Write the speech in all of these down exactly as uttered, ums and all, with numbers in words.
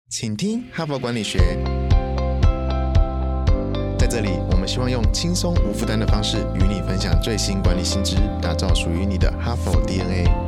请听哈佛管理学。在这里，我们希望用轻松无负担的方式与你分享最新管理新知，打造属于你的哈佛 D N A。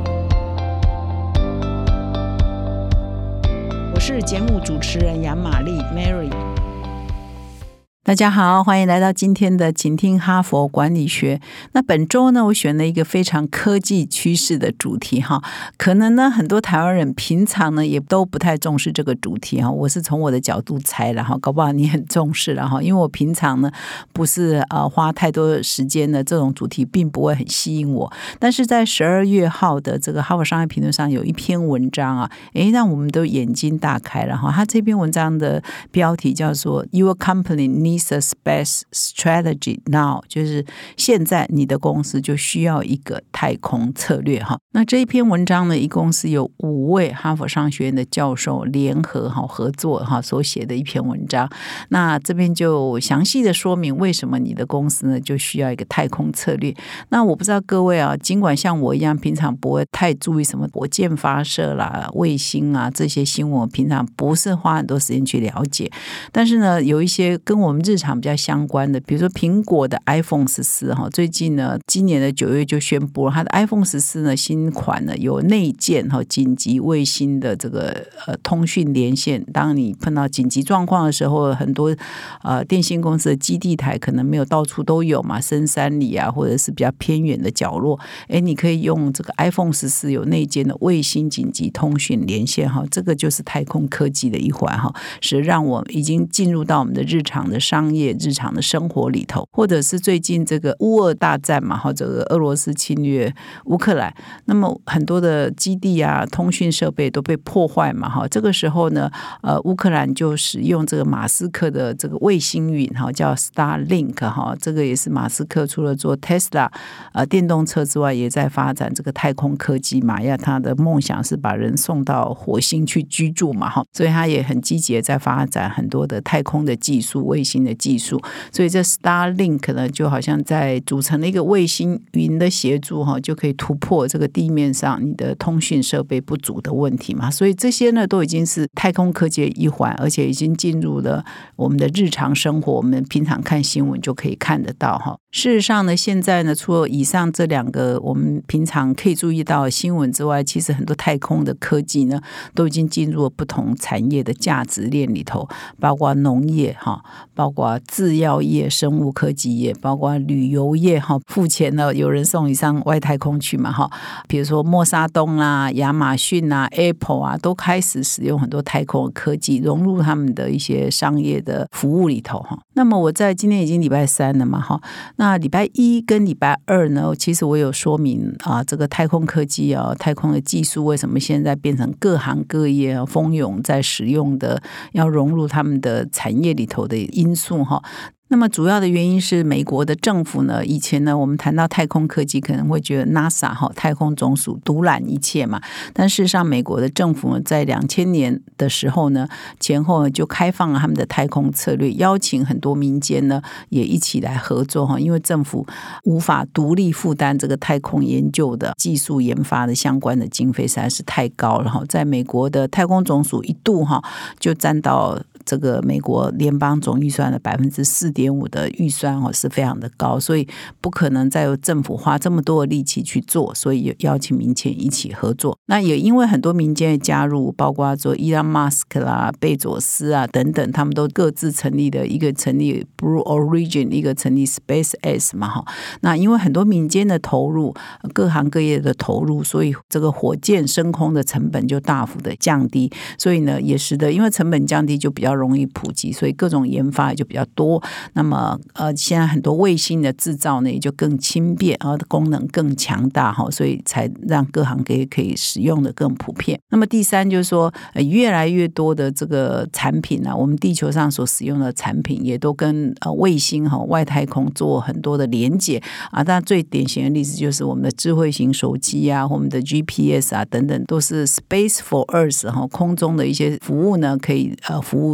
我是节目主持人杨玛丽 Mary。 大家好，欢迎来到今天的请听哈佛管理学。那本周呢，我选了一个非常科技趋势的主题哈，可能呢很多台湾人平常呢也都不太重视这个主题哈。我是从我的角度猜了哈，搞不好你很重视了哈，因为我平常呢不是呃花太多时间的，这种主题并不会很吸引我。但是在十二月号的这个哈佛商业评论上有一篇文章啊，诶，让我们都眼睛大开了哈。他这篇文章的标题叫做 Your company needs a space strategy now， 就是现在你的公司就需要一个太空策略哈。那这一篇文章呢，一共是有五位哈佛商学院的教授联合哈合作哈所写的一篇文章。那这边就详细的说明为什么你的公司呢就需要一个太空策略。那我不知道各位啊，尽管像我一样平常不会太注意什么火箭发射啦、卫星啊这些新闻，我平常不是花很多时间去了解，但是呢，有一些跟我们日常比较相关的，比如说苹果的 iPhone 十四哈，最近呢，今年的九月就宣布了，它的 iPhone 十四呢新款呢有内建哈紧急卫星的这个呃通讯连线。当你碰到紧急状况的时候，很多呃电信公司的基地台可能没有到处都有嘛，深山里啊，或者是比较偏远的角落，哎，你可以用这个 iPhone 十四有内建的卫星紧急通讯连线哈，这个就是太空科技的一环哈，是让我已经进入到我们的日常的商业、日常的生活里头，或者是最近这个乌俄大战嘛，哈，这个俄罗斯侵略乌克兰，那么很多的基地啊、通讯设备都被破坏嘛，哈，这个时候呢，呃，乌克兰就使用这个马斯克的这个卫星云哈，叫 Starlink 哈，这个也是马斯克除了做 Tesla 呃电动车之外，也在发展这个太空科技嘛，呀，他的梦想是把人送到火星去居住嘛，哈，所以他也很积极的在发展很多的太空的技术、卫星的技术。所以这 Starlink 呢，就好像在组成了一个卫星云的协助哈，就可以突破这个地面上你的通讯设备不足的问题嘛。所以这些呢，都已经是太空科技的一环，而且已经进入了我们的日常生活，我们平常看新闻就可以看得到哈。事实上呢，现在呢，除了以上这两个我们平常可以注意到的新闻之外，其实很多太空的科技呢，都已经进入了不同产业的价值链里头，包括农业哈，包括制药业、生物科技业，包括旅游业哈，付钱了有人送你上外太空去嘛哈。比如说默沙东啦、亚马逊啊、Apple 啊，都开始使用很多太空的科技融入他们的一些商业的服务里头哈。那么我在今天已经礼拜三了嘛哈，那礼拜一跟礼拜二呢，其实我有说明啊，这个太空科技啊，太空的技术为什么现在变成各行各业啊蜂拥在使用的，要融入他们的产业里头的因素哈。那么主要的原因是美国的政府呢，以前呢我们谈到太空科技可能会觉得 NASA 哈太空总署独揽一切嘛，但事实上美国的政府呢在两千年的时候呢前后就开放了他们的太空策略，邀请很多民间呢也一起来合作哈，因为政府无法独立负担这个太空研究的技术研发的相关的经费实在是太高了哈，在美国的太空总署一度哈就占到这个美国联邦总预算的百分之四点五的预算哦是非常的高，所以不可能再由政府花这么多的力气去做，所以邀请民间一起合作。那也因为很多民间的加入，包括说伊朗马斯克啦、贝佐斯啊等等，他们都各自成立的，一个成立 Blue Origin， 一个成立 SpaceX 嘛哈。那因为很多民间的投入，各行各业的投入，所以这个火箭升空的成本就大幅的降低，所以呢也使得因为成本降低就比较容易普及，所以各种研发也就比较多。那么呃，现在很多卫星的制造呢也就更轻便，然后功能更强大哈，所以才让各行各业可以使用的更普遍。那么第三就是说，呃、越来越多的这个产品啊，我们地球上所使用的产品也都跟呃卫星哈、外太空做很多的连结啊。当然最典型的例子就是我们的智慧型手机啊，我们的 G P S 啊等等，都是 Space for Earth 哈，空中的一些服务呢，可以呃服务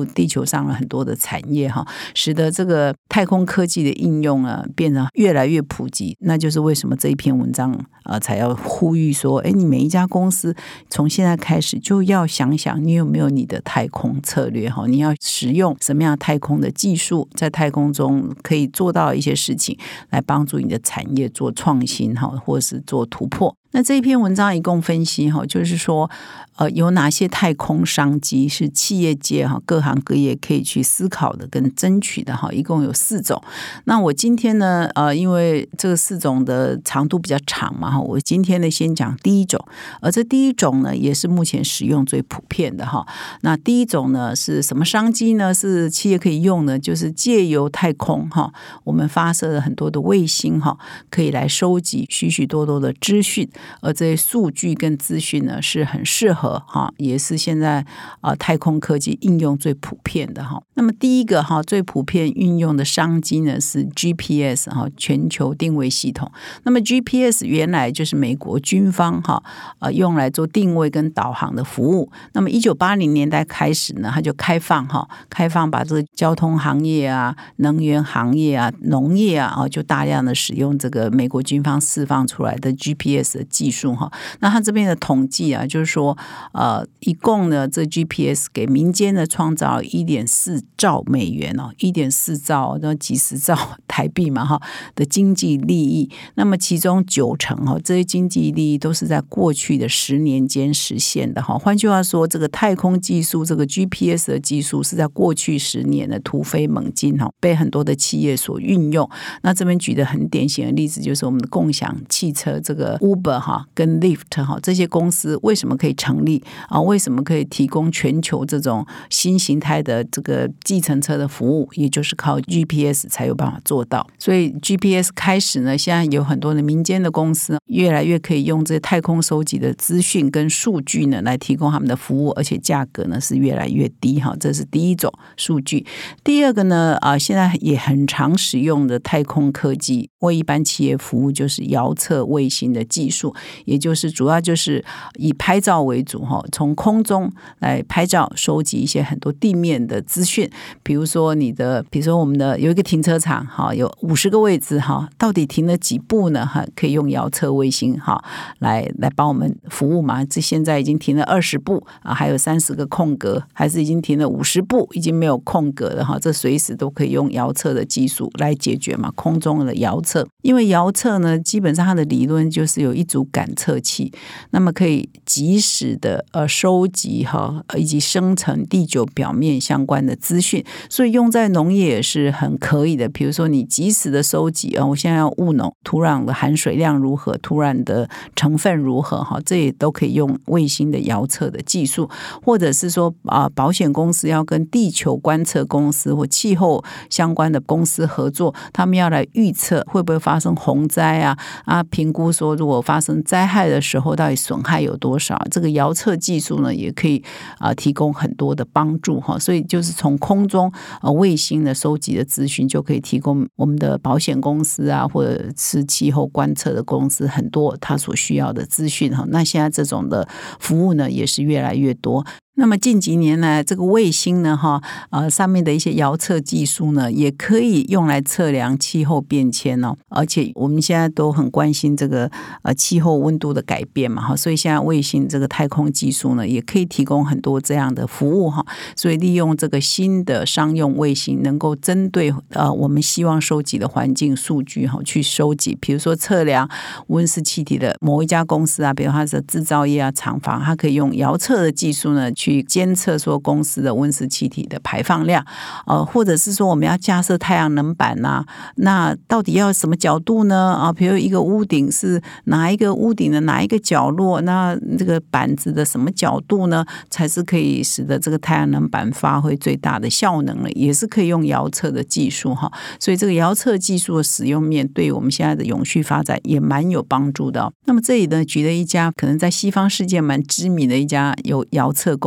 入地球上了很多的产业哈，使得这个太空科技的应用呢变得越来越普及。那就是为什么这一篇文章呃才要呼吁说，哎，你每一家公司从现在开始就要想想你有没有你的太空策略哈，你要使用什么样的太空的技术，在太空中可以做到一些事情，来帮助你的产业做创新哈，或者是做突破。那这一篇文章一共分析哈，就是说，呃，有哪些太空商机是企业界哈各行各业可以去思考的跟争取的哈，一共有四种。那我今天呢，呃，因为这个四种的长度比较长嘛哈，我今天呢先讲第一种，而这第一种呢也是目前使用最普遍的哈。那第一种呢是什么商机呢？是企业可以用呢？就是借由太空哈，我们发射了很多的卫星哈，可以来收集许许多多的资讯。而这些数据跟资讯呢，是很适合哈，也是现在啊、呃、太空科技应用最普遍的哈。那么第一个哈最普遍运用的商机呢是 G P S 哈，全球定位系统。那么 G P S 原来就是美国军方哈呃用来做定位跟导航的服务。那么一九八零年代开始呢，它就开放哈，开放把这个交通行业啊、能源行业啊、农业啊，就大量的使用这个美国军方释放出来的 G P S 的技术哈。那他这边的统计啊，就是说，呃，一共呢，这 G P S 给民间呢创造一点四兆美元哦，一点四兆，那几十兆台币嘛哈的经济利益。那么其中九成哈，这些经济利益都是在过去的十年间实现的哈。换句话说，这个太空技术，这个 G P S 的技术是在过去十年的突飞猛进哈，被很多的企业所运用。那这边举的很典型的例子就是我们的共享汽车这个 Uber 哈跟 Lyft 哈这些公司为什么可以成立啊？为什么可以提供全球这种新形态的这个计程车的服务？也就是靠 G P S 才有办法做到。所以 G P S 开始呢，现在有很多的民间的公司越来越可以用这些太空收集的资讯跟数据呢来提供他们的服务，而且价格呢是越来越低哈。这是第一种数据。第二个呢啊，现在也很常使用的太空科技为一般企业服务，就是遥测卫星的技术，也就是主要就是以拍照为主哈，从空中来拍照，收集一些很多地面的资讯，比如说你的，比如说我们的有一个停车场哈，有五十个位置哈，到底停了几步呢？哈，可以用遥测卫星哈来来帮我们服务嘛？这现在已经停了二十步啊，还有三十个空格，还是已经停了五十步，已经没有空格了哈，这随时都可以用遥测的技术来解决嘛，空中的遥测。因为遥测呢，基本上它的理论就是有一组感测器，那么可以及时的呃收集哈以及生成地球表面相关的资讯，所以用在农业也是很可以的。比如说你及时的收集啊，我现在要务农，土壤的含水量如何，土壤的成分如何哈，这也都可以用卫星的遥测的技术，或者是说啊，保险公司要跟地球观测公司或气候相关的公司合作，他们要来预测会不会发生洪灾啊啊，评估说如果发生灾害的时候到底损害有多少，这个遥测技术呢也可以啊提供很多的帮助哈。所以就是从空中呃卫星的收集的资讯，就可以提供我们的保险公司啊，或者是气候观测的公司很多他所需要的资讯哈。那现在这种的服务呢也是越来越多。那么近几年来，这个卫星呢，哈，呃，上面的一些遥测技术呢，也可以用来测量气候变迁哦。而且我们现在都很关心这个呃气候温度的改变嘛，哈，所以现在卫星这个太空技术呢，也可以提供很多这样的服务哈。所以利用这个新的商用卫星，能够针对呃我们希望收集的环境数据哈，去收集，比如说测量温室气体的某一家公司啊，比如它的制造业啊、厂房，它可以用遥测的技术呢。去监测说公司的温室气体的排放量，呃，或者是说我们要架设太阳能板啊，那到底要什么角度呢？啊，比如一个屋顶是哪一个屋顶的哪一个角落，那这个板子的什么角度呢，才是可以使得这个太阳能板发挥最大的效能了，也是可以用遥测的技术哈。所以这个遥测技术的使用面，对我们现在的永续发展也蛮有帮助的。那么这里呢，举了一家可能在西方世界蛮知名的一家有遥测公司。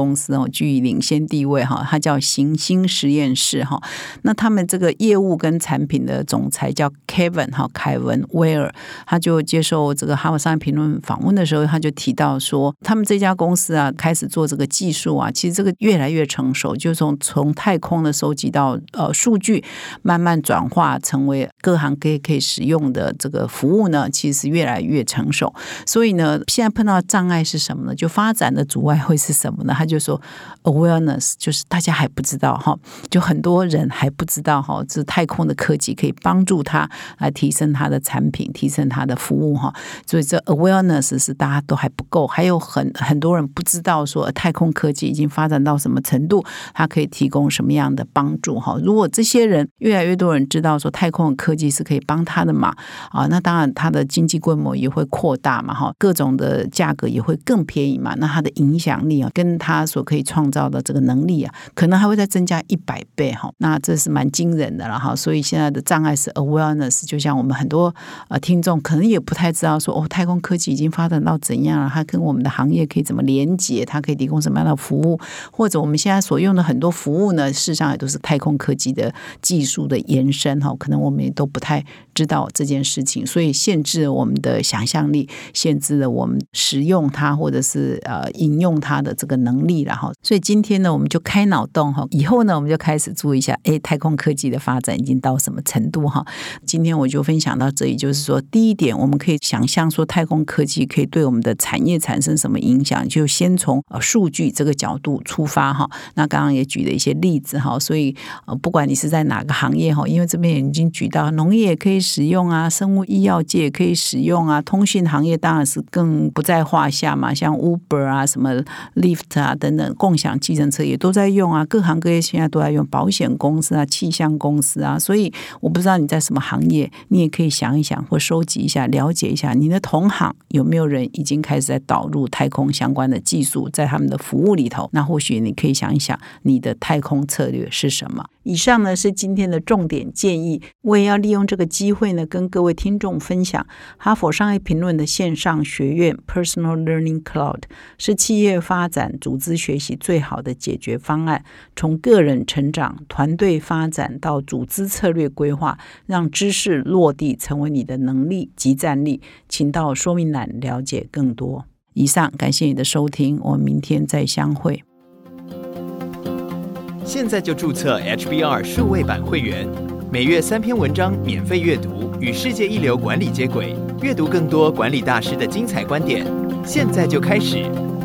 公司哦居于领先地位哈，它叫行星实验室哈。那他们这个业务跟产品的总裁叫 Kevin 哈，凯文威尔，他就接受这个哈佛商业评论访问的时候，他就提到说，他们这家公司啊开始做这个技术啊，其实这个越来越成熟，就从从太空的收集到呃数据，慢慢转化成为各行各业可以使用的这个服务呢，其实越来越成熟。所以呢，现在碰到的障碍是什么呢？就发展的阻碍会是什么呢？他就说 awareness， 就是大家还不知道哈，就很多人还不知道哈，这太空的科技可以帮助他来提升他的产品，提升他的服务哈。所以这 awareness 是大家都还不够，还有很很多人不知道说太空科技已经发展到什么程度，它可以提供什么样的帮助哈。如果这些人越来越多人知道说太空的科技是可以帮他的嘛啊，那当然它的经济规模也会扩大嘛哈，各种的价格也会更便宜嘛，那它的影响力啊，跟它所可以创造的这个能力啊，可能还会再增加一百倍哈，那这是蛮惊人的了哈。所以现在的障碍是 awareness， 就像我们很多呃听众可能也不太知道说哦，太空科技已经发展到怎样了，它跟我们的行业可以怎么连接，它可以提供什么样的服务，或者我们现在所用的很多服务呢，事实上也都是太空科技的技术的延伸哈，可能我们也都不太知道这件事情，所以限制了我们的想象力，限制了我们使用它或者是呃引用它的这个能力了哈。所以今天呢，我们就开脑洞哈，以后呢，我们就开始注意一下，哎，太空科技的发展已经到什么程度哈。今天我就分享到这里，就是说，第一点，我们可以想象说，太空科技可以对我们的产业产生什么影响，就先从呃数据这个角度出发哈。那刚刚也举了一些例子哈，所以呃不管你是在哪个行业哈，因为这边已经举到农业也可以使用啊，生物医药界也可以使用啊，通讯行业当然是更不在话下嘛，像 Uber 啊、什么 Lyft 啊等等共享计程车也都在用啊，各行各业现在都在用，保险公司啊、气象公司啊，所以我不知道你在什么行业，你也可以想一想或收集一下，了解一下你的同行有没有人已经开始在导入太空相关的技术在他们的服务里头，那或许你可以想一想你的太空策略是什么。以上呢是今天的重点建议，我也要利用这个机会呢跟各位听众分享哈佛商业评论的线上学院 Personal Learning Cloud 是企业发展组织学习最好的解决方案，从个人成长、团队发展到组织策略规划，让知识落地成为你的能力及战力，请到说明栏了解更多。以上感谢你的收听，我们明天再相会。 现在就注册 H B R 数位版会员，每月三篇文章免费阅读，与世界一流管理接轨，阅读更多管理大师的精彩观点。现在就开始。